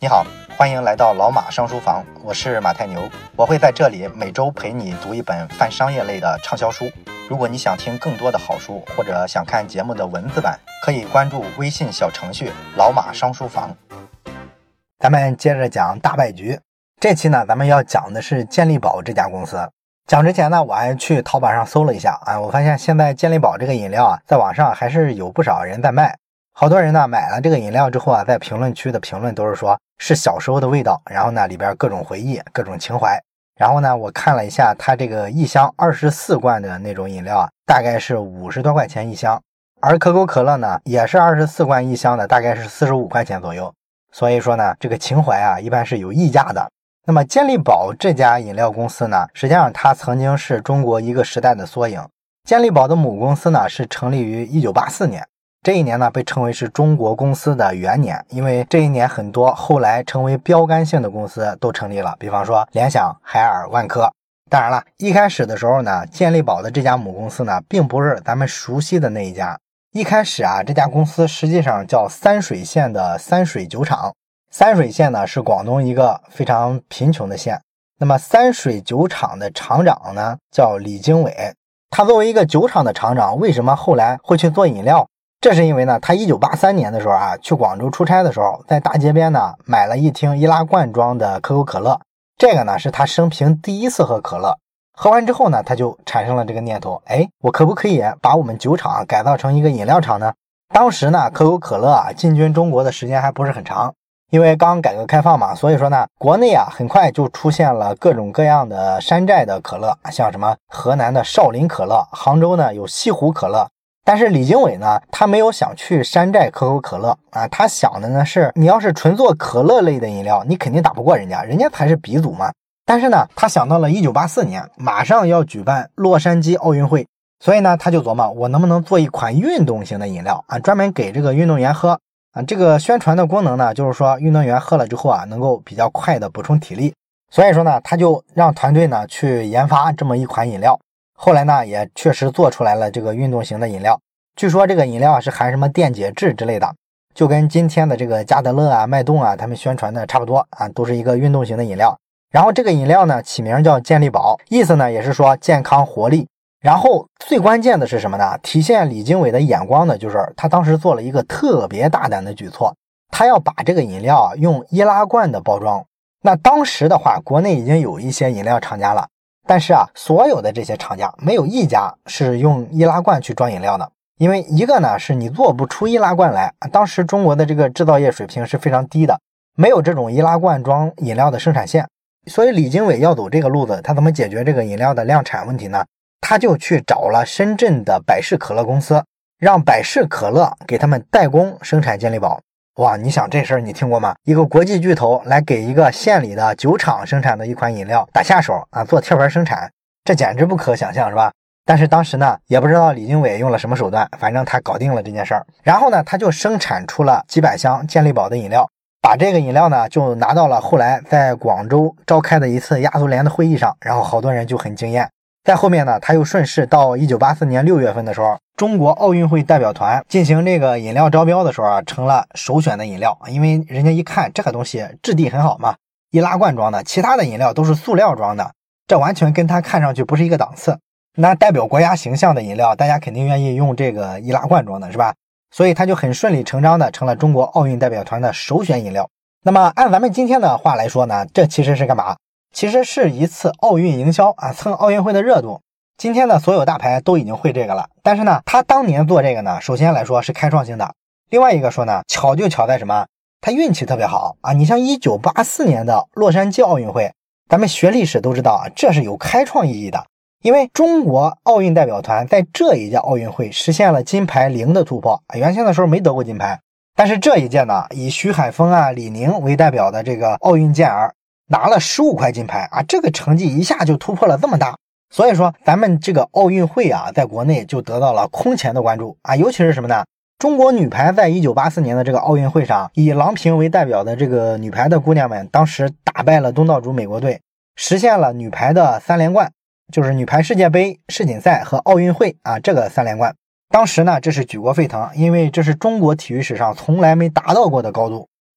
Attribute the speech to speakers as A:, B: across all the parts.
A: 你好，欢迎来到老马商书房，我是马太牛，我会在这里每周陪你读一本泛商业类的畅销书。如果你想听更多的好书，或者想看节目的文字版，可以关注微信小程序老马商书房。咱们接着讲大败局。这期呢，咱们要讲的是健力宝这家公司。讲之前呢，我还去淘宝上搜了一下我发现现在健力宝这个饮料在网上还是有不少人在卖。好多人呢买了这个饮料之后在评论区的评论都是说是小时候的味道，然后呢里边各种回忆，各种情怀。然后呢我看了一下它这个一箱24罐的那种饮料大概是50多块钱一箱，而可口可乐呢也是24罐一箱的，大概是45块钱左右。所以说呢这个情怀一般是有溢价的。那么健力宝这家饮料公司呢，实际上它曾经是中国一个时代的缩影。健力宝的母公司呢是成立于1984年，这一年呢被称为是中国公司的元年，因为这一年很多后来成为标杆性的公司都成立了，比方说联想、海尔、万科。当然了，一开始的时候呢，健力宝的这家母公司呢并不是咱们熟悉的那一家。一开始这家公司实际上叫三水县的三水酒厂。三水县呢是广东一个非常贫穷的县。那么三水酒厂的厂长呢叫李经纬。他作为一个酒厂的厂长，为什么后来会去做饮料？这是因为呢他1983年的时候去广州出差的时候，在大街边呢买了一听易拉罐装的可口可乐。这个呢是他生平第一次喝可乐。喝完之后呢他就产生了这个念头，我可不可以把我们酒厂改造成一个饮料厂呢？当时呢可口可乐进军中国的时间还不是很长，因为刚改革开放嘛，所以说呢国内很快就出现了各种各样的山寨的可乐，像什么河南的少林可乐，杭州呢有西湖可乐。但是李经纬呢他没有想去山寨可口可乐他想的呢是你要是纯做可乐类的饮料，你肯定打不过人家才是鼻祖嘛。但是呢他想到了1984年马上要举办洛杉矶奥运会，所以呢他就琢磨我能不能做一款运动型的饮料专门给这个运动员喝这个宣传的功能呢就是说运动员喝了之后能够比较快的补充体力。所以说呢他就让团队呢去研发这么一款饮料。后来呢也确实做出来了这个运动型的饮料。据说这个饮料是含什么电解质之类的，就跟今天的这个加德乐脉动他们宣传的差不多都是一个运动型的饮料。然后这个饮料呢起名叫健力宝，意思呢也是说健康活力。然后最关键的是什么呢？体现李经纬的眼光的就是他当时做了一个特别大胆的举措，他要把这个饮料用易拉罐的包装。那当时的话国内已经有一些饮料厂家了，但是所有的这些厂家没有一家是用易拉罐去装饮料的。因为一个呢是你做不出易拉罐来，当时中国的这个制造业水平是非常低的，没有这种易拉罐装饮料的生产线。所以李经纬要走这个路子，他怎么解决这个饮料的量产问题呢？他就去找了深圳的百事可乐公司，让百事可乐给他们代工生产健力宝。哇，你想这事儿你听过吗？一个国际巨头来给一个县里的酒厂生产的一款饮料打下手做贴牌生产，这简直不可想象，是吧？但是当时呢也不知道李经纬用了什么手段，反正他搞定了这件事儿。然后呢他就生产出了几百箱健力宝的饮料，把这个饮料呢就拿到了后来在广州召开的一次亚足联的会议上，然后好多人就很惊艳。在后面呢他又顺势到1984年6月份的时候，中国奥运会代表团进行这个饮料招标的时候成了首选的饮料。因为人家一看这个东西质地很好嘛，易拉罐装的，其他的饮料都是塑料装的，这完全跟他看上去不是一个档次。那代表国家形象的饮料大家肯定愿意用这个易拉罐装的，是吧？所以他就很顺理成章的成了中国奥运代表团的首选饮料。那么按咱们今天的话来说呢，这其实是干嘛？其实是一次奥运营销蹭奥运会的热度。今天的所有大牌都已经会这个了，但是呢他当年做这个呢，首先来说是开创性的，另外一个说呢巧就巧在什么？他运气特别好你像1984年的洛杉矶奥运会，咱们学历史都知道这是有开创意义的。因为中国奥运代表团在这一届奥运会实现了金牌0的突破，原先的时候没得过金牌。但是这一届呢以徐海峰李宁为代表的这个奥运健儿拿了15块金牌这个成绩一下就突破了这么大。所以说咱们这个奥运会在国内就得到了空前的关注尤其是什么呢？中国女排在1984年的这个奥运会上，以郎平为代表的这个女排的姑娘们当时打败了东道主美国队，实现了女排的3连冠，就是女排世界杯、世锦赛和奥运会这个3连冠。当时呢这是举国沸腾，因为这是中国体育史上从来没达到过的高度。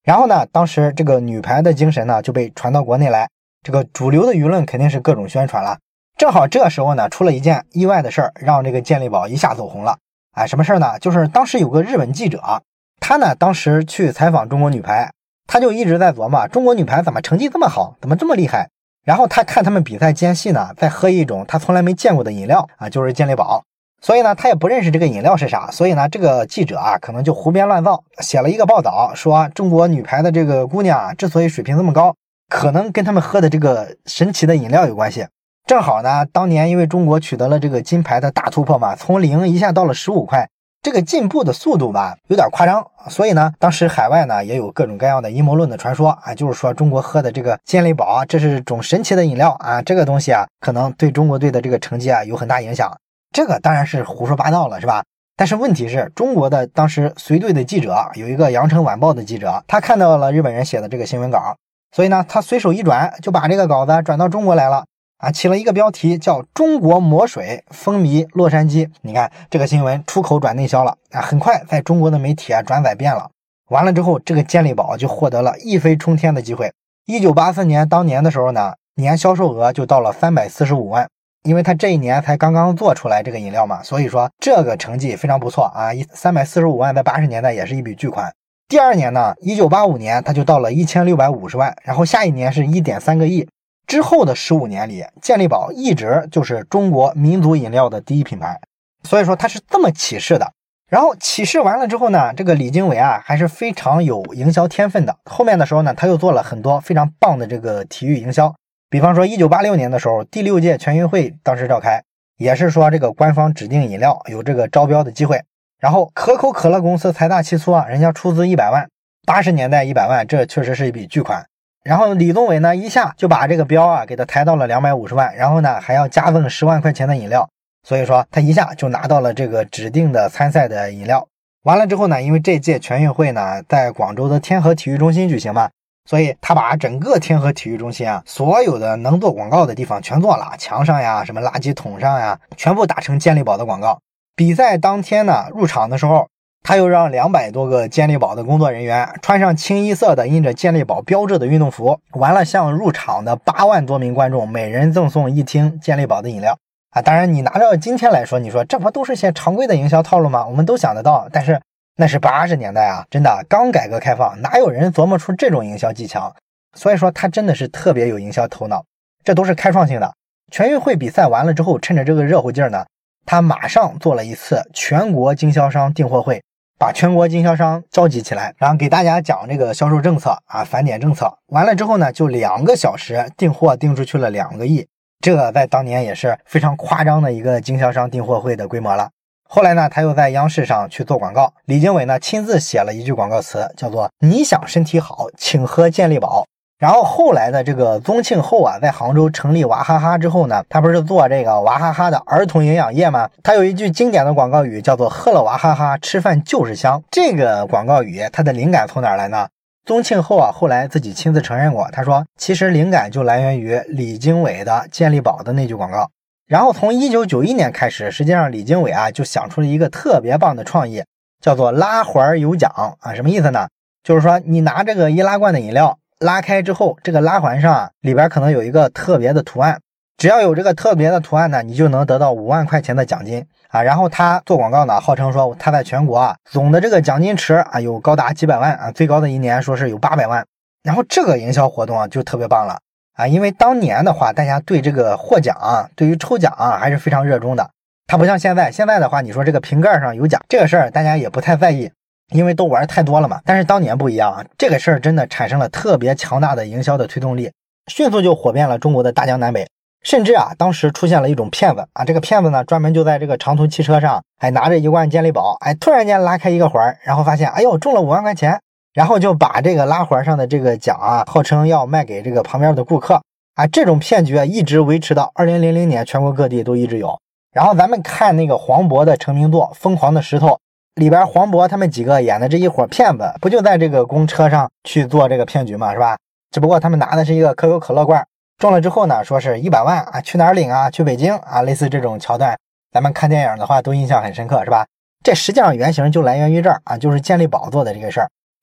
A: 然后呢，当时这个女排的精神呢就被传到国内来，这个主流的舆论肯定是各种宣传了。正好这时候呢，出了一件意外的事儿，让这个健力宝一下走红了。什么事儿呢？就是当时有个日本记者，他呢当时去采访中国女排，他就一直在琢磨中国女排怎么成绩这么好，怎么这么厉害。然后他看他们比赛间隙呢，在喝一种他从来没见过的饮料就是健力宝。所以呢，他也不认识这个饮料是啥，所以呢，这个记者可能就胡编乱造，写了一个报道，说中国女排的这个姑娘之所以水平这么高，可能跟他们喝的这个神奇的饮料有关系。正好呢，当年因为中国取得了这个金牌的大突破嘛，从0一下到了15块，这个进步的速度吧有点夸张，所以呢，当时海外呢也有各种各样的阴谋论的传说就是说中国喝的这个健力宝这是种神奇的饮料这个东西可能对中国队的这个成绩有很大影响。这个当然是胡说八道了，是吧？但是问题是中国的当时随队的记者有一个羊城晚报的记者，他看到了日本人写的这个新闻稿，所以呢，他随手一转就把这个稿子转到中国来了起了一个标题叫中国魔水风靡洛杉矶。你看这个新闻出口转内销了很快在中国的媒体转载遍了。完了之后，这个健力宝就获得了一飞冲天的机会。1984年当年的时候呢，年销售额就到了345万。因为他这一年才刚刚做出来这个饮料嘛，所以说这个成绩非常不错345万在80年代也是一笔巨款。第二年呢，1985年他就到了1650万，然后下一年是 1.3 个亿。之后的15年里，健力宝一直就是中国民族饮料的第一品牌，所以说他是这么起势的。然后起势完了之后呢，这个李经纬还是非常有营销天分的。后面的时候呢，他又做了很多非常棒的这个体育营销。比方说1986年的时候，第6届全运会当时召开，也是说这个官方指定饮料有这个招标的机会，然后可口可乐公司财大气粗人家出资100万，80年代100万这确实是一笔巨款。然后李宗伟呢一下就把这个标给他抬到了250万，然后呢还要加赠10万块钱的饮料，所以说他一下就拿到了这个指定的参赛的饮料。完了之后呢，因为这届全运会呢在广州的天河体育中心举行嘛，所以他把整个天河体育中心所有的能做广告的地方全做了，墙上呀什么垃圾桶上呀全部打成健力宝的广告。比赛当天呢，入场的时候他又让200多个健力宝的工作人员穿上清一色的印着健力宝标志的运动服，完了向入场的8万多名观众每人赠送1听健力宝的饮料当然你拿着今天来说，你说这不都是些常规的营销套路吗？我们都想得到，但是那是80年代真的刚改革开放，哪有人琢磨出这种营销技巧？所以说他真的是特别有营销头脑，这都是开创性的。全运会比赛完了之后，趁着这个热乎劲儿呢，他马上做了一次全国经销商订货会，把全国经销商召集起来，然后给大家讲这个销售政策返点政策。完了之后呢，就2个小时订货订出去了2个亿，这个在当年也是非常夸张的一个经销商订货会的规模了。后来呢，他又在央视上去做广告，李经纬呢亲自写了一句广告词，叫做你想身体好请喝健力宝。然后后来的这个宗庆后在杭州成立娃哈哈之后呢，他不是做这个娃哈哈的儿童营养液吗？他有一句经典的广告语叫做喝了娃哈哈吃饭就是香。这个广告语它的灵感从哪儿来呢？宗庆后后来自己亲自承认过，他说其实灵感就来源于李经纬的健力宝的那句广告。然后从1991年开始，实际上李经纬就想出了一个特别棒的创意，叫做拉环有奖什么意思呢？就是说你拿这个易拉罐的饮料拉开之后，这个拉环上里边可能有一个特别的图案，只要有这个特别的图案呢，你就能得到5万块钱的奖金然后他做广告呢，号称说他在全国总的这个奖金池有高达几百万最高的一年说是有800万。然后这个营销活动就特别棒了因为当年的话，大家对这个获奖对于抽奖还是非常热衷的。它不像现在的话，你说这个瓶盖上有奖这个事儿，大家也不太在意，因为都玩太多了嘛。但是当年不一样这个事儿真的产生了特别强大的营销的推动力，迅速就火遍了中国的大江南北。甚至当时出现了一种骗子这个骗子呢，专门就在这个长途汽车上还拿着1罐健力宝突然间拉开一个环，然后发现哎呦中了5万块钱，然后就把这个拉环上的这个奖号称要卖给这个旁边的顾客这种骗局一直维持到2000年，全国各地都一直有。然后咱们看那个黄渤的成名作《疯狂的石头》里边，黄渤他们几个演的这一伙骗子，不就在这个公车上去做这个骗局嘛，是吧？只不过他们拿的是一个可口可乐罐，中了之后呢，说是100万去哪儿领去北京类似这种桥段，咱们看电影的话都印象很深刻，是吧？这实际上原型就来源于这儿就是健力宝做的这个事儿。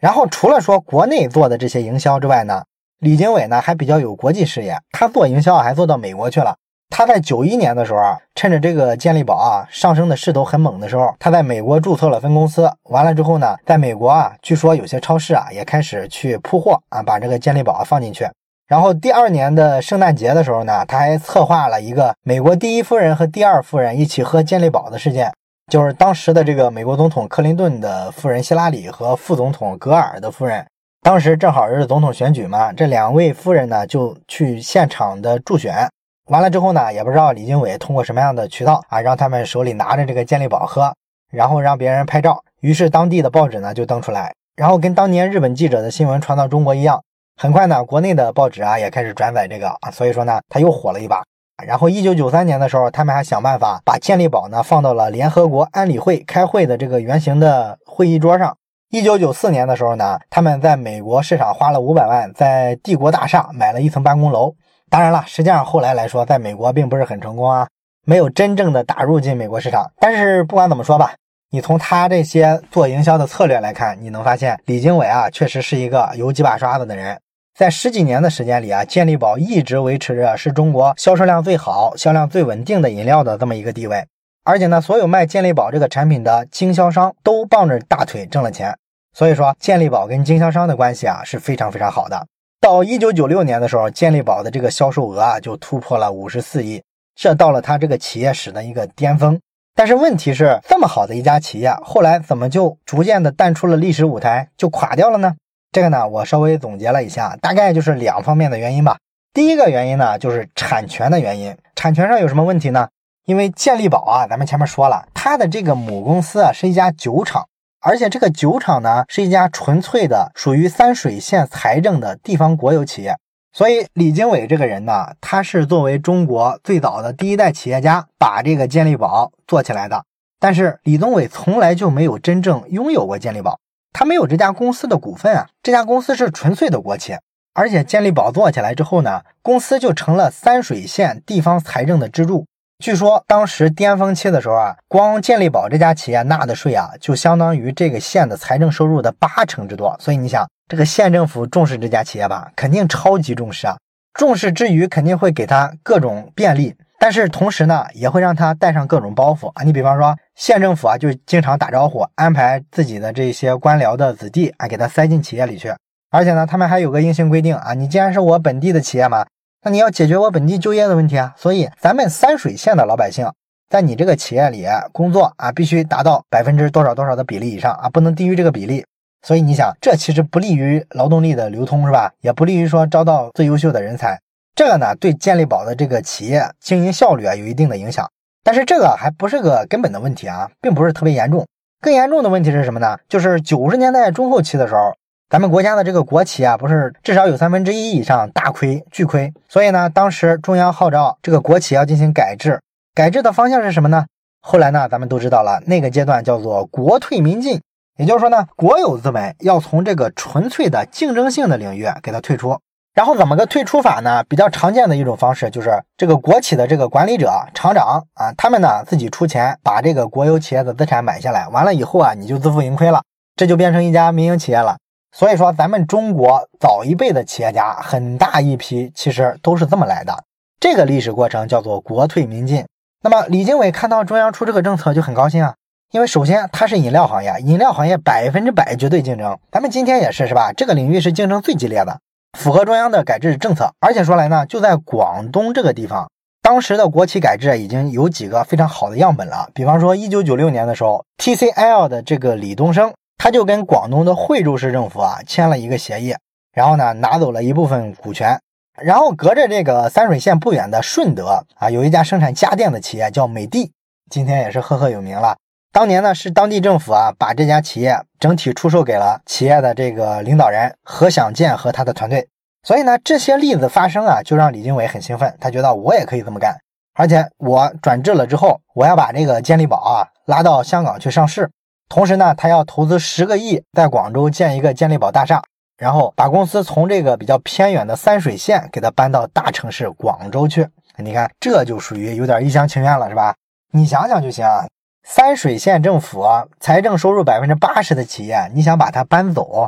A: 然后除了说国内做的这些营销之外呢，李经纬呢还比较有国际视野，他做营销还做到美国去了。他在91年的时候啊，趁着这个健力宝啊上升的势头很猛的时候，他在美国注册了分公司。完了之后呢，在美国啊，据说有些超市啊也开始去铺货啊，把这个健力宝放进去。然后第2年的圣诞节的时候呢，他还策划了一个美国第1夫人和第2夫人一起喝健力宝的事件，就是当时的这个美国总统克林顿的夫人希拉里和副总统格尔的夫人，当时正好是总统选举嘛，这2位夫人呢就去现场的助选。完了之后呢，也不知道李经纬通过什么样的渠道啊，让他们手里拿着这个健力宝喝，然后让别人拍照。于是当地的报纸呢就登出来，然后跟当年日本记者的新闻传到中国一样，很快呢国内的报纸啊也开始转载这个啊，所以说呢他又火了一把。然后1993年的时候，他们还想办法把健力宝呢放到了联合国安理会开会的这个圆形的会议桌上。1994年的时候呢，他们在美国市场花了500万，在帝国大厦买了一层办公楼。当然了，实际上后来来说，在美国并不是很成功啊，没有真正的打入进美国市场。但是不管怎么说吧，你从他这些做营销的策略来看，你能发现李经纬啊，确实是一个有几把刷子的人。在10几年的时间里啊，健力宝一直维持着是中国销售量最好、销量最稳定的饮料的这么一个地位。而且呢，所有卖健力宝这个产品的经销商都抱着大腿挣了钱。所以说，健力宝跟经销商的关系啊是非常非常好的。到1996年的时候，健力宝的这个销售额啊就突破了54亿，这到了他这个企业史的一个巅峰。但是问题是，这么好的一家企业，后来怎么就逐渐的淡出了历史舞台，就垮掉了呢？这个呢，我稍微总结了一下，大概就是2方面的原因吧。第一个原因呢，就是产权的原因。产权上有什么问题呢？因为健力宝啊，咱们前面说了，它的这个母公司啊是一家酒厂。而且这个酒厂呢，是一家纯粹的属于三水县财政的地方国有企业。所以李经纬这个人呢，他是作为中国最早的第1代企业家把这个健力宝做起来的。但是李宗伟从来就没有真正拥有过健力宝，他没有这家公司的股份啊，这家公司是纯粹的国企。而且健力宝做起来之后呢，公司就成了三水县地方财政的支柱。据说当时巅峰期的时候啊，光健力宝这家企业纳的税啊，就相当于这个县的财政收入的80%之多。所以你想，这个县政府重视这家企业吧，肯定超级重视啊。重视之余，肯定会给他各种便利，但是同时呢，也会让他带上各种包袱啊。你比方说，县政府啊，就经常打招呼，安排自己的这些官僚的子弟啊，给他塞进企业里去。而且呢，他们还有个硬性规定啊，你既然是我本地的企业嘛，那你要解决我本地就业的问题啊，所以咱们三水县的老百姓在你这个企业里工作啊，必须达到多少多少的比例以上啊，不能低于这个比例。所以你想，这其实不利于劳动力的流通是吧？也不利于说招到最优秀的人才。这个呢，对健力宝的这个企业经营效率啊有一定的影响。但是这个还不是个根本的问题啊，并不是特别严重。更严重的问题是什么呢？就是90年代中后期的时候，咱们国家的这个国企啊，不是至少有1/3以上大亏巨亏。所以呢，当时中央号召这个国企要进行改制，改制的方向是什么呢？后来呢，咱们都知道了，那个阶段叫做国退民进，也就是说呢，国有资本要从这个纯粹的竞争性的领域给它退出。然后怎么个退出法呢？比较常见的一种方式就是这个国企的这个管理者厂长啊，他们呢自己出钱把这个国有企业的资产买下来，完了以后啊，你就自负盈亏了，这就变成一家民营企业了。所以说咱们中国早一辈的企业家很大一批其实都是这么来的，这个历史过程叫做国退民进。那么李经纬看到中央出这个政策就很高兴啊，因为首先它是饮料行业，饮料行业100%绝对竞争，咱们今天也是吧，这个领域是竞争最激烈的，符合中央的改制政策。而且说来呢，就在广东这个地方，当时的国企改制已经有几个非常好的样本了。比方说1996年的时候， TCL 的这个李东生，他就跟广东的惠州市政府啊签了一个协议，然后呢拿走了一部分股权。然后隔着这个三水县不远的顺德啊，有一家生产家电的企业叫美的，今天也是赫赫有名了。当年呢是当地政府啊把这家企业整体出售给了企业的这个领导人何享健和他的团队。所以呢这些例子发生啊，就让李经纬很兴奋，他觉得我也可以这么干，而且我转制了之后，我要把这个健力宝啊拉到香港去上市。同时呢，他要投资10个亿在广州建一个健力宝大厦，然后把公司从这个比较偏远的三水县给它搬到大城市广州去。你看，这就属于有点一厢情愿了，是吧？你想想就行啊，三水县政府财政收入80%的企业，你想把它搬走，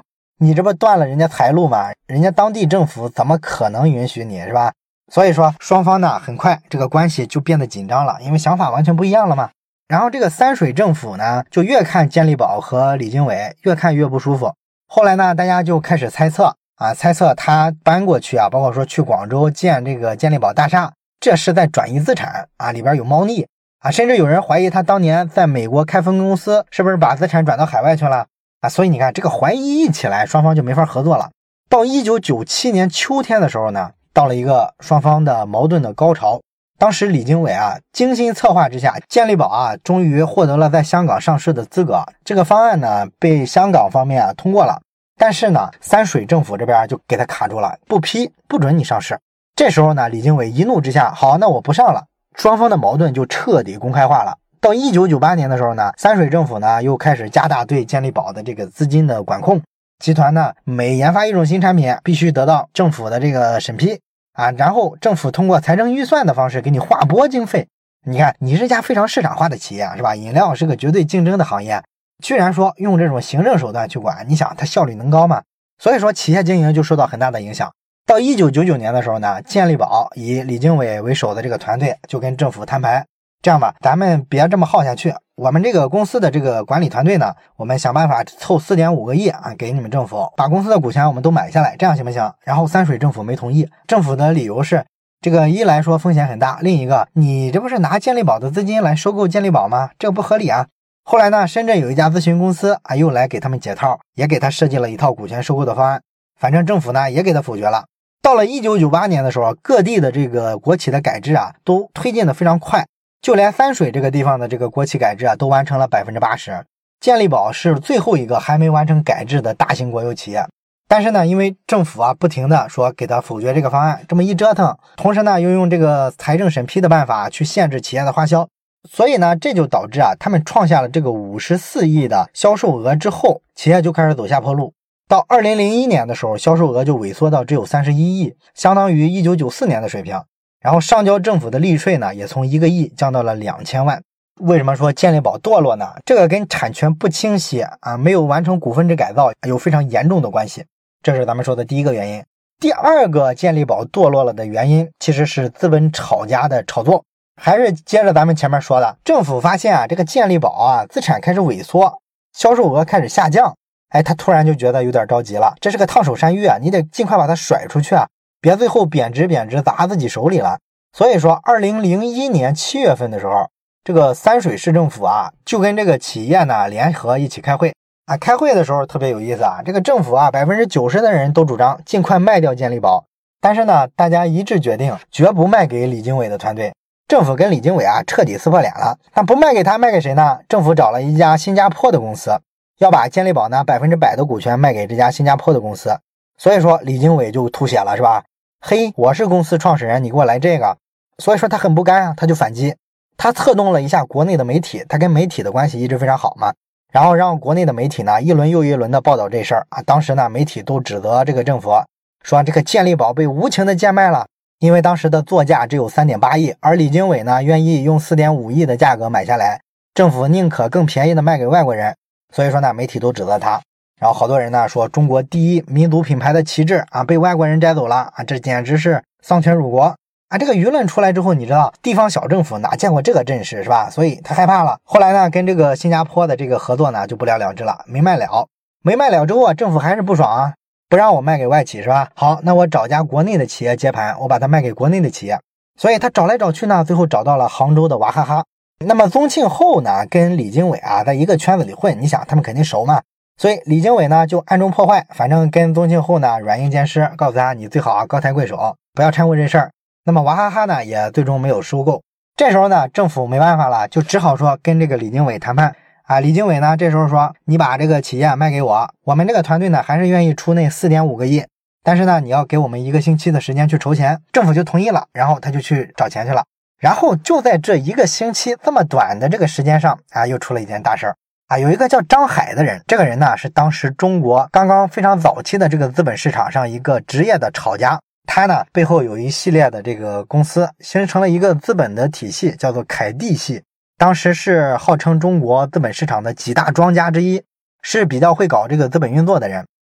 A: 你这不断了人家财路吗？人家当地政府怎么可能允许你，是吧？所以说双方呢很快这个关系就变得紧张了，因为想法完全不一样了嘛。然后这个三水政府呢就越看健力宝和李经纬越看越不舒服。后来呢大家就开始猜测他搬过去包括说去广州建这个健力宝大厦，这是在转移资产里边有猫腻甚至有人怀疑他当年在美国开分公司是不是把资产转到海外去了所以你看这个怀疑一起来，双方就没法合作了。到1997年秋天的时候呢，到了一个双方的矛盾的高潮。当时李经纬精心策划之下，健力宝终于获得了在香港上市的资格。这个方案呢被香港方面通过了，但是呢三水政府这边就给他卡住了，不批，不准你上市。这时候呢李经纬一怒之下，好，那我不上了。双方的矛盾就彻底公开化了。到1998年的时候呢，三水政府呢又开始加大对健力宝的这个资金的管控。集团呢每研发一种新产品必须得到政府的这个审批然后政府通过财政预算的方式给你划拨经费。你看你是家非常市场化的企业是吧？饮料是个绝对竞争的行业，居然说用这种行政手段去管，你想它效率能高吗？所以说企业经营就受到很大的影响。到1999年的时候呢，健力宝以李经纬为首的这个团队就跟政府摊牌，这样吧，咱们别这么耗下去，我们这个公司的这个管理团队呢，我们想办法凑4.5个亿给你们政府，把公司的股权我们都买下来，这样行不行？然后三水政府没同意，政府的理由是这个一来说风险很大，另一个你这不是拿健力宝的资金来收购健力宝吗？这个不合理啊。后来呢，深圳有一家咨询公司又来给他们解套，也给他设计了一套股权收购的方案，反正政府呢也给他否决了。到了1998年的时候，各地的这个国企的改制都推进的非常快，就连三水这个地方的这个国企改制都完成了 80%。 健力宝是最后一个还没完成改制的大型国有企业。但是呢，因为政府不停的说给他否决这个方案，这么一折腾，同时呢又用这个财政审批的办法去限制企业的花销，所以呢这就导致他们创下了这个54亿的销售额之后，企业就开始走下坡路。到2001年的时候，销售额就萎缩到只有31亿，相当于1994年的水平。然后上交政府的利税呢，也从1个亿降到了2000万。为什么说健力宝堕落呢？这个跟产权不清晰没有完成股份制改造有非常严重的关系。这是咱们说的第一个原因。第二个健力宝堕落了的原因，其实是资本炒家的炒作。还是接着咱们前面说的，政府发现这个健力宝资产开始萎缩，销售额开始下降，他突然就觉得有点着急了，这是个烫手山芋你得尽快把它甩出去别最后贬值砸自己手里了。所以说2001年7月份的时候，这个三水市政府就跟这个企业呢联合一起开会开会的时候特别有意思这个政府90%的人都主张尽快卖掉健力宝，但是呢大家一致决定绝不卖给李经纬的团队。政府跟李经纬彻底撕破脸了，但不卖给他，卖给谁呢？政府找了一家新加坡的公司，要把健力宝呢100%的股权卖给这家新加坡的公司。所以说李经纬就吐血了，是吧？嘿，我是公司创始人，你给我来这个。所以说他很不甘他就反击。他策动了一下国内的媒体，他跟媒体的关系一直非常好嘛，然后让国内的媒体呢一轮又一轮的报道这事儿当时呢媒体都指责这个政府，说这个健力宝被无情的贱卖了，因为当时的作价只有 3.8 亿，而李经纬呢愿意用 4.5 亿的价格买下来，政府宁可更便宜的卖给外国人。所以说呢媒体都指责他。然后好多人呢说中国第一民族品牌的旗帜被外国人摘走了这简直是丧权辱国这个舆论出来之后，你知道地方小政府哪见过这个阵势是吧？所以他害怕了。后来呢跟这个新加坡的这个合作呢就不了了之了，没卖了之后政府还是不爽不让我卖给外企是吧？好，那我找家国内的企业接盘，我把它卖给国内的企业。所以他找来找去呢，最后找到了杭州的娃哈哈。那么宗庆后呢跟李经纬在一个圈子里混，你想他们肯定熟嘛，所以李经纬呢就暗中破坏，反正跟宗庆后呢软硬兼施，告诉他你最好高抬贵手，不要掺和这事儿。那么娃哈哈呢也最终没有收购。这时候呢政府没办法了，就只好说跟这个李经纬谈判李经纬呢这时候说你把这个企业卖给我们这个团队呢还是愿意出那 4.5 个亿，但是呢你要给我们1个星期的时间去筹钱。政府就同意了，然后他就去找钱去了。然后就在这1个星期这么短的这个时间上又出了一件大事有一个叫张海的人，这个人呢是当时中国刚刚非常早期的这个资本市场上一个职业的炒家。他呢背后有一系列的这个公司，形成了一个资本的体系，叫做凯蒂系。当时是号称中国资本市场的几大庄家之一，是比较会搞这个资本运作的人。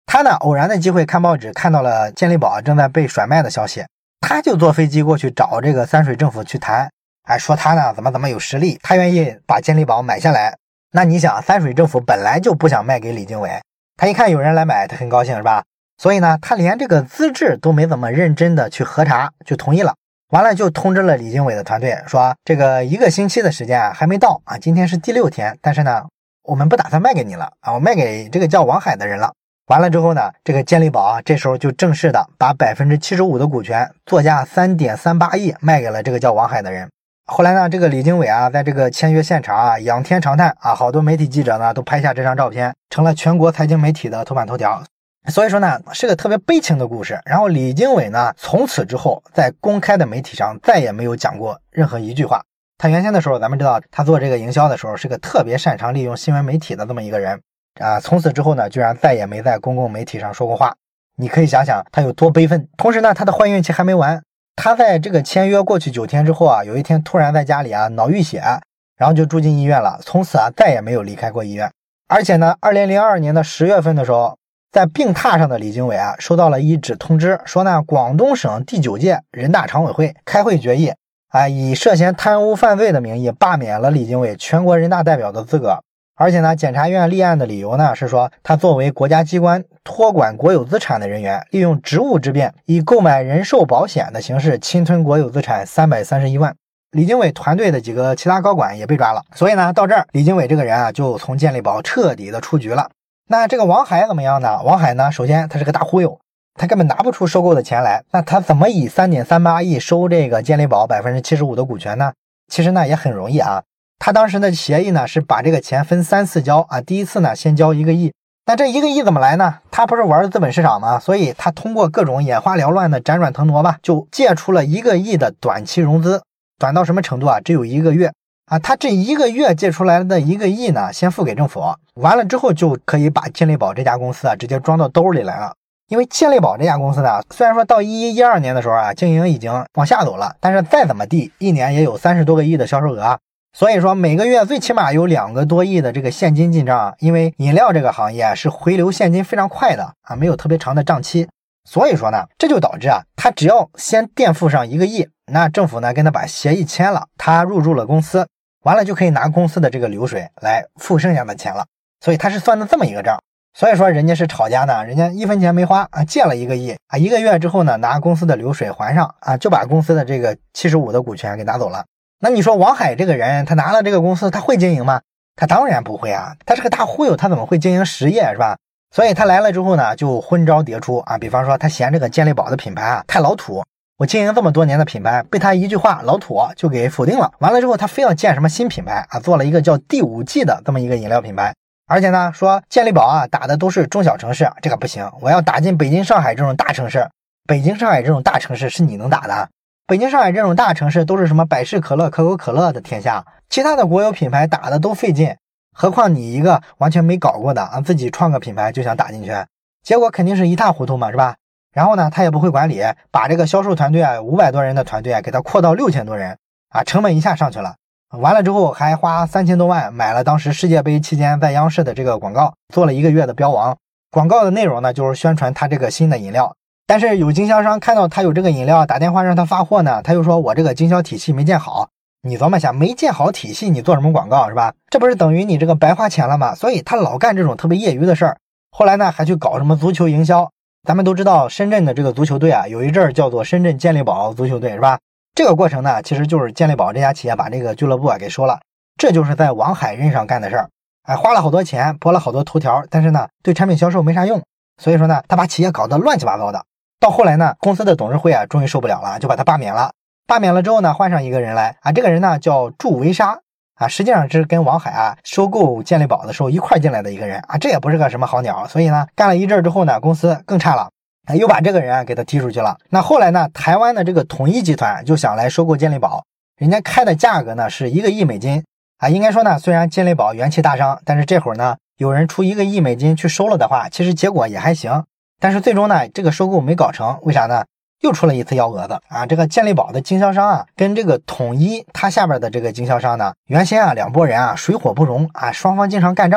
A: 他呢偶然的机会看报纸，看到了健力宝正在被甩卖的消息，他就坐飞机过去找这个三水政府去谈，说他呢怎么有实力，他愿意把健力宝买下来。那你想，三水政府本来就不想卖给李经纬，他一看有人来买，他很高兴是吧？所以呢，他连这个资质都没怎么认真的去核查，就同意了。完了就通知了李经纬的团队，说这个1个星期的时间还没到啊，今天是第6天，但是呢，我们不打算卖给你了啊，我卖给这个叫王海的人了。完了之后呢，这个健力宝这时候就正式的把75%的股权，作价3.38亿卖给了这个叫王海的人。后来呢，这个李经纬在这个签约现场仰天长叹好多媒体记者呢都拍下这张照片，成了全国财经媒体的头版头条。所以说呢，是个特别悲情的故事。然后李经纬呢，从此之后在公开的媒体上再也没有讲过任何一句话。他原先的时候，咱们知道他做这个营销的时候是个特别擅长利用新闻媒体的这么一个人从此之后呢，居然再也没在公共媒体上说过话。你可以想想他有多悲愤。同时呢，他的坏运气还没完。他在这个签约过去9天之后有一天突然在家里脑淤血，然后就住进医院了，从此再也没有离开过医院。而且呢，2002年的10月份的时候，在病榻上的李经纬收到了一纸通知，说呢，广东省第9届人大常委会开会决议以涉嫌贪污犯罪的名义罢免了李经纬全国人大代表的资格。而且呢，检察院立案的理由呢是说，他作为国家机关托管国有资产的人员，利用职务之便，以购买人寿保险的形式侵吞国有资产331万。李经纬团队的几个其他高管也被抓了。所以呢，到这儿李经纬这个人就从健力宝彻底的出局了。那这个王海怎么样呢？王海呢，首先他是个大忽悠，他根本拿不出收购的钱来。那他怎么以3.38亿收这个健力宝75%的股权呢？其实呢也很容易他当时的协议呢是把这个钱分3次交第一次呢先交1个亿。那这1个亿怎么来呢？他不是玩资本市场吗？所以他通过各种眼花缭乱的辗转腾挪吧，就借出了1个亿的短期融资。短到什么程度只有1个月他这1个月借出来的1个亿呢，先付给政府，完了之后就可以把健力宝这家公司直接装到兜里来了。因为健力宝这家公司呢，虽然说到11、12年的时候经营已经往下走了，但是再怎么地，一年也有30多个亿的销售额。所以说每个月最起码有2个多亿的这个现金进账。因为饮料这个行业是回流现金非常快的没有特别长的账期。所以说呢，这就导致他只要先垫付上1个亿，那政府呢跟他把协议签了，他入驻了公司，完了就可以拿公司的这个流水来付剩下的钱了。所以他是算的这么一个账。所以说人家是吵架呢，人家1分钱没花借了1个亿1个月之后呢，拿公司的流水还上就把公司的这个75%的股权给拿走了。那你说王海这个人，他拿了这个公司，他会经营吗？他当然不会他是个大忽悠，他怎么会经营实业是吧？所以他来了之后呢，就昏招迭出比方说他嫌这个健力宝的品牌太老土，我经营这么多年的品牌被他一句话老土就给否定了。完了之后他非要建什么新品牌做了一个叫第5季的这么一个饮料品牌。而且呢说健力宝打的都是中小城市，这个不行，我要打进北京上海这种大城市。北京上海这种大城市是你能打的？北京上海这种大城市都是什么百事可乐可口可乐的天下，其他的国有品牌打的都费劲，何况你一个完全没搞过的自己创个品牌就想打进去，结果肯定是一塌糊涂嘛，是吧？然后呢他也不会管理，把这个销售团队500多人的团队给他扩到6000多人成本一下上去了。完了之后还花3000多万买了当时世界杯期间在央视的这个广告，做了1个月的标王。广告的内容呢就是宣传他这个新的饮料。但是有经销商看到他有这个饮料，打电话让他发货呢，他又说我这个经销体系没建好。你琢磨想，没建好体系你做什么广告是吧？这不是等于你这个白花钱了吗？所以他老干这种特别业余的事儿。后来呢还去搞什么足球营销。咱们都知道深圳的这个足球队有一阵儿叫做深圳健力宝足球队是吧？这个过程呢其实就是健力宝这家企业把这个俱乐部给收了。这就是在王海任上干的事儿。花了好多钱，播了好多头条，但是呢对产品销售没啥用。所以说呢他把企业搞得乱七八糟的。到后来呢，公司的董事会终于受不了了，就把他罢免了。罢免了之后呢，换上一个人来这个人呢叫祝维沙实际上是跟王海收购健力宝的时候一块进来的一个人这也不是个什么好鸟。所以呢，干了一阵之后呢，公司更差了，又把这个人给他踢出去了。那后来呢，台湾的这个统一集团就想来收购健力宝，人家开的价格呢是1个亿美金应该说呢，虽然健力宝元气大伤，但是这会儿呢，有人出1个亿美金去收了的话，其实结果也还行。但是最终呢，这个收购没搞成，为啥呢？又出了一次幺蛾子这个健力宝的经销商跟这个统一他下边的这个经销商呢，原先2拨人水火不容双方经常干仗。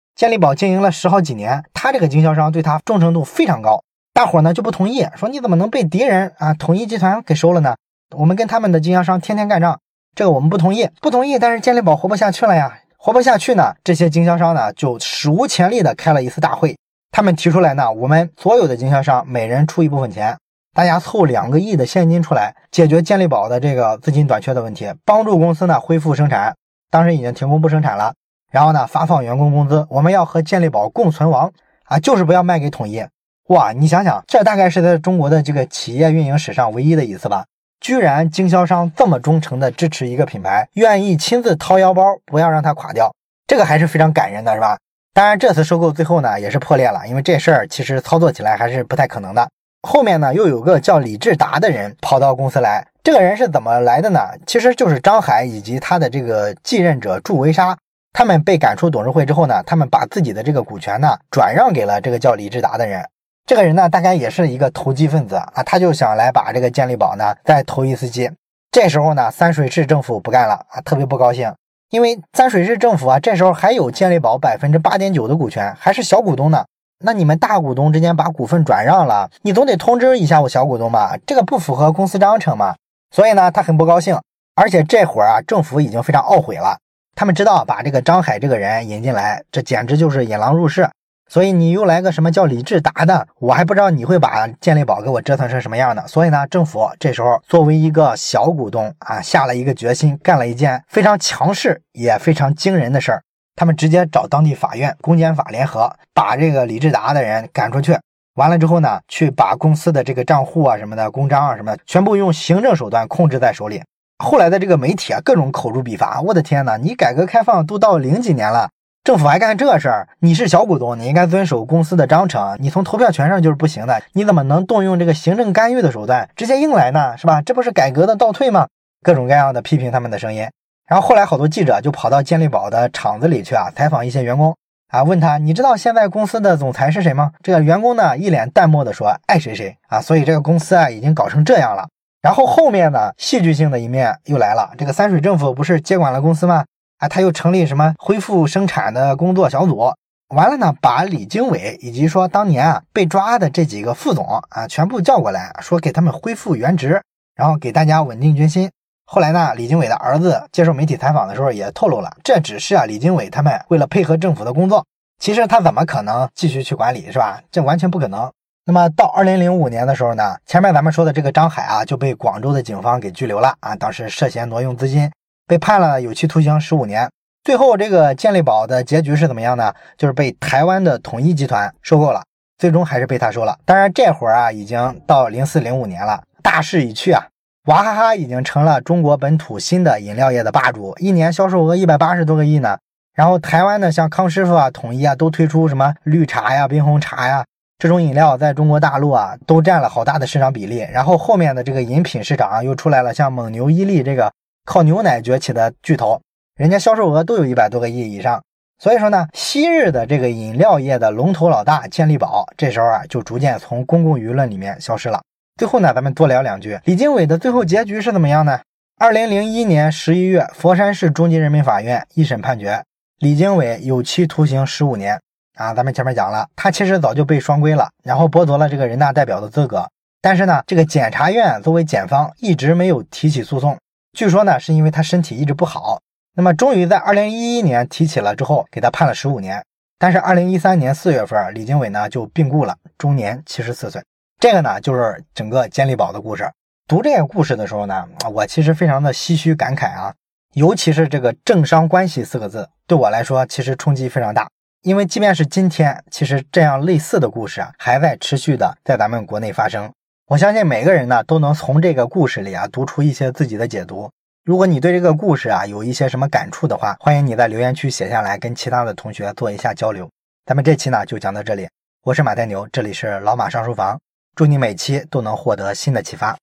A: 健力宝经营了10好几年，他这个经销商对他忠诚度非常高，大伙呢就不同意，说你怎么能被敌人统一集团给收了呢？我们跟他们的经销商天天干仗，这个我们不同意，但是健力宝活不下去了呀，活不下去呢，这些经销商呢就史无前例的开了一次大会，他们提出来呢，我们所有的经销商每人出一部分钱，大家凑2个亿的现金出来，解决健力宝的这个资金短缺的问题，帮助公司呢恢复生产，当时已经停工不生产了，然后呢发放员工工资，我们要和健力宝共存亡就是不要卖给统一。哇，你想想，这大概是在中国的这个企业运营史上唯一的一次吧，居然经销商这么忠诚的支持一个品牌，愿意亲自掏腰包，不要让它垮掉，这个还是非常感人的，是吧？当然这次收购最后呢也是破裂了，因为这事儿其实操作起来还是不太可能的。后面呢又有个叫李志达的人跑到公司来，这个人是怎么来的呢？其实就是张海以及他的这个继任者祝维沙，他们被赶出董事会之后呢，他们把自己的这个股权呢转让给了这个叫李志达的人。这个人呢大概也是一个投机分子他就想来把这个健力宝呢再投一次机。这时候呢三水市政府不干了特别不高兴，因为三水市政府这时候还有健力宝 8.9% 的股权，还是小股东呢，那你们大股东之间把股份转让了，你总得通知一下我小股东吧，这个不符合公司章程嘛。所以呢他很不高兴，而且这会儿政府已经非常懊悔了，他们知道把这个张海这个人引进来，这简直就是引狼入室，所以你又来个什么叫李志达的，我还不知道你会把健力宝给我折腾成什么样的。所以呢政府这时候作为一个小股东下了一个决心，干了一件非常强势也非常惊人的事儿，他们直接找当地法院公检法联合，把这个李志达的人赶出去，完了之后呢去把公司的这个账户什么的公章什么的全部用行政手段控制在手里。后来的这个媒体各种口诛笔伐，我的天哪，你改革开放都到00几年了，政府还干这事儿，你是小股东，你应该遵守公司的章程，你从投票权上就是不行的，你怎么能动用这个行政干预的手段直接硬来呢，是吧？这不是改革的倒退吗？各种各样的批评他们的声音。然后后来好多记者就跑到健力宝的厂子里去采访一些员工问他，你知道现在公司的总裁是谁吗？这个员工呢一脸淡漠的说爱谁谁所以这个公司已经搞成这样了。然后后面呢戏剧性的一面又来了，这个三水政府不是接管了公司吗？他又成立什么恢复生产的工作小组，完了呢把李经纬以及说当年被抓的这几个副总全部叫过来，说给他们恢复原职，然后给大家稳定军心。后来呢李经纬的儿子接受媒体采访的时候也透露了，这只是李经纬他们为了配合政府的工作，其实他怎么可能继续去管理，是吧？这完全不可能。那么到2005年的时候呢，前面咱们说的这个张海就被广州的警方给拘留了当时涉嫌挪用资金，被判了有期徒刑15年。最后这个健力宝的结局是怎么样呢？就是被台湾的统一集团收购了，最终还是被他收了。当然这会儿已经到04、05年了，大势已去娃哈哈已经成了中国本土新的饮料业的霸主，一年销售额180多个亿呢。然后台湾呢，像康师傅统一都推出什么绿茶呀、冰红茶呀这种饮料，在中国大陆都占了好大的市场比例。然后后面的这个饮品市场又出来了像蒙牛、伊利这个靠牛奶崛起的巨头，人家销售额都有100多个亿以上。所以说呢，昔日的这个饮料业的龙头老大健力宝，这时候就逐渐从公共舆论里面消失了。最后呢，咱们多聊两句，李经纬的最后结局是怎么样呢？2001年11月，佛山市中级人民法院一审判决，李经纬有期徒刑15年咱们前面讲了，他其实早就被双规了，然后剥夺了这个人大代表的资格。但是呢，这个检察院作为检方一直没有提起诉讼，据说呢是因为他身体一直不好。那么终于在2011年提起了之后，给他判了15年。但是2013年4月份，李经纬呢就病故了，终年74岁。这个呢就是整个健力宝的故事。读这个故事的时候呢，我其实非常的唏嘘感慨尤其是这个政商关系4个字，对我来说其实冲击非常大。因为即便是今天，其实这样类似的故事还在持续的在咱们国内发生。我相信每个人呢都能从这个故事里读出一些自己的解读。如果你对这个故事有一些什么感触的话，欢迎你在留言区写下来，跟其他的同学做一下交流。咱们这期呢就讲到这里，我是马太牛，这里是老马上书房，祝你每期都能获得新的启发。